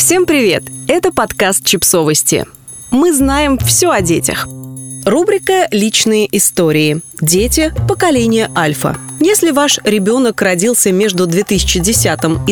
Всем привет! Это подкаст «Чипсовости». Мы знаем все о детях. Рубрика «Личные истории». Дети поколения Альфа. Если ваш ребенок родился между 2010 и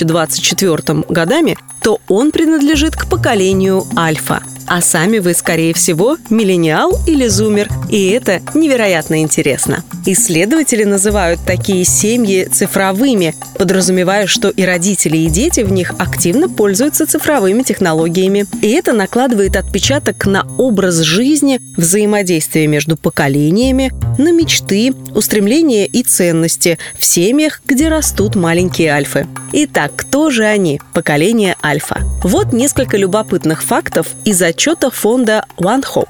2024 годами, то он принадлежит к поколению Альфа. А сами вы, скорее всего, миллениал или зумер. И это невероятно интересно. Исследователи называют такие семьи цифровыми, подразумевая, что и родители, и дети в них активно пользуются цифровыми технологиями. И это накладывает отпечаток на образ жизни, взаимодействие между поколениями, на мечты, устремления и ценности в семьях, где растут маленькие альфы. Итак, кто же они, поколение Альфа? Вот несколько любопытных фактов из отчета фонда One Hope.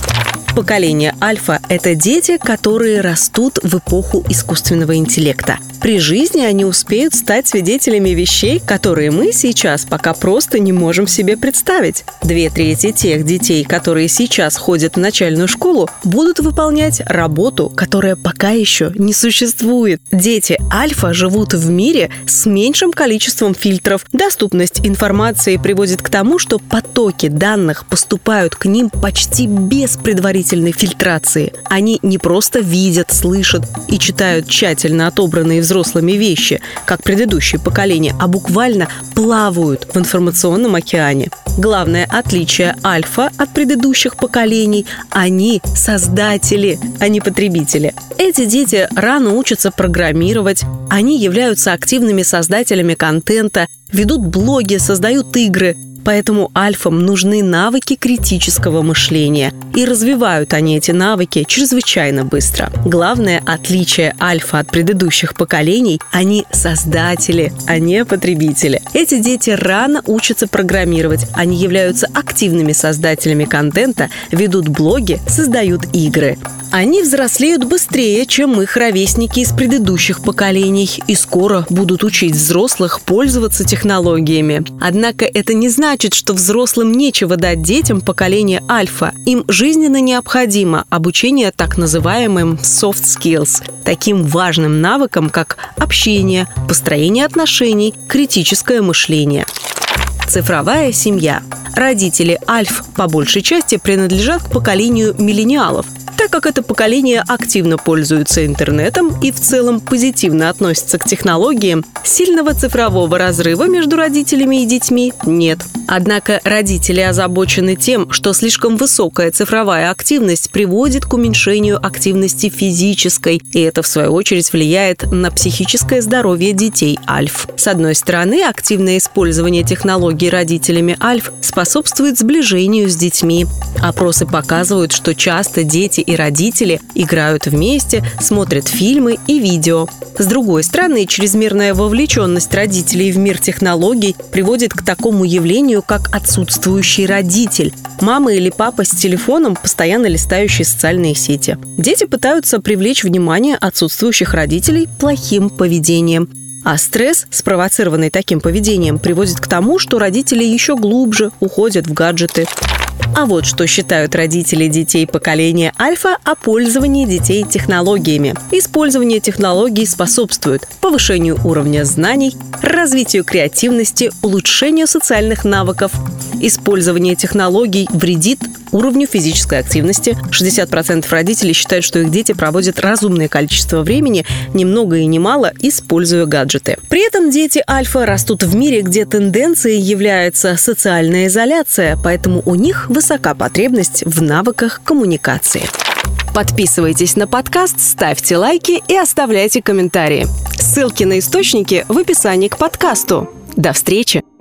Поколение Альфа – это дети, которые растут в эпоху искусственного интеллекта. При жизни они успеют стать свидетелями вещей, которые мы сейчас пока просто не можем себе представить. 2/3 тех детей, которые сейчас ходят в начальную школу, будут выполнять работу, которая пока еще не существует. Дети Альфа живут в мире с меньшим количеством фильтров. Доступность информации приводит к тому, что потоки данных поступают к ним почти без предварительной фильтрации. Они не просто видят, слышат и читают тщательно отобранные взрослыми вещи, как предыдущие поколения, а буквально плавают в информационном океане. Главное отличие Альфа от предыдущих поколений – они создатели, а не потребители. Эти дети рано учатся программировать, они являются активными создателями контента, ведут блоги, создают игры. Поэтому альфам нужны навыки критического мышления. И развивают они эти навыки чрезвычайно быстро. Главное отличие альфа от предыдущих поколений – они создатели, а не потребители. Эти дети рано учатся программировать. Они являются активными создателями контента, ведут блоги, создают игры. Они взрослеют быстрее, чем их ровесники из предыдущих поколений, и скоро будут учить взрослых пользоваться технологиями. Однако это не значит, что взрослым нечего дать детям поколения Альфа. Им жизненно необходимо обучение так называемым soft skills, таким важным навыкам, как общение, построение отношений, критическое мышление. Цифровая семья. Родители Альф по большей части принадлежат к поколению миллениалов, так как это поколение активно пользуется интернетом и в целом позитивно относится к технологиям, сильного цифрового разрыва между родителями и детьми нет. Однако родители озабочены тем, что слишком высокая цифровая активность приводит к уменьшению активности физической, и это, в свою очередь, влияет на психическое здоровье детей Альф. С одной стороны, активное использование технологий родителями Альф способствует сближению с детьми. Опросы показывают, что часто дети и родители играют вместе, смотрят фильмы и видео. С другой стороны, чрезмерная вовлеченность родителей в мир технологий приводит к такому явлению, как отсутствующий родитель. Мама или папа с телефоном, постоянно листающие социальные сети. Дети пытаются привлечь внимание отсутствующих родителей плохим поведением. А стресс, спровоцированный таким поведением, приводит к тому, что родители еще глубже уходят в гаджеты. А вот что считают родители детей поколения Альфа о пользовании детей технологиями. Использование технологий способствует повышению уровня знаний, развитию креативности, улучшению социальных навыков. Использование технологий вредит уровню физической активности. 60% родителей считают, что их дети проводят разумное количество времени, ни много и ни мало, используя гаджеты. При этом дети Альфа растут в мире, где тенденцией является социальная изоляция, поэтому у них высока потребность в навыках коммуникации. Подписывайтесь на подкаст, ставьте лайки и оставляйте комментарии. Ссылки на источники в описании к подкасту. До встречи!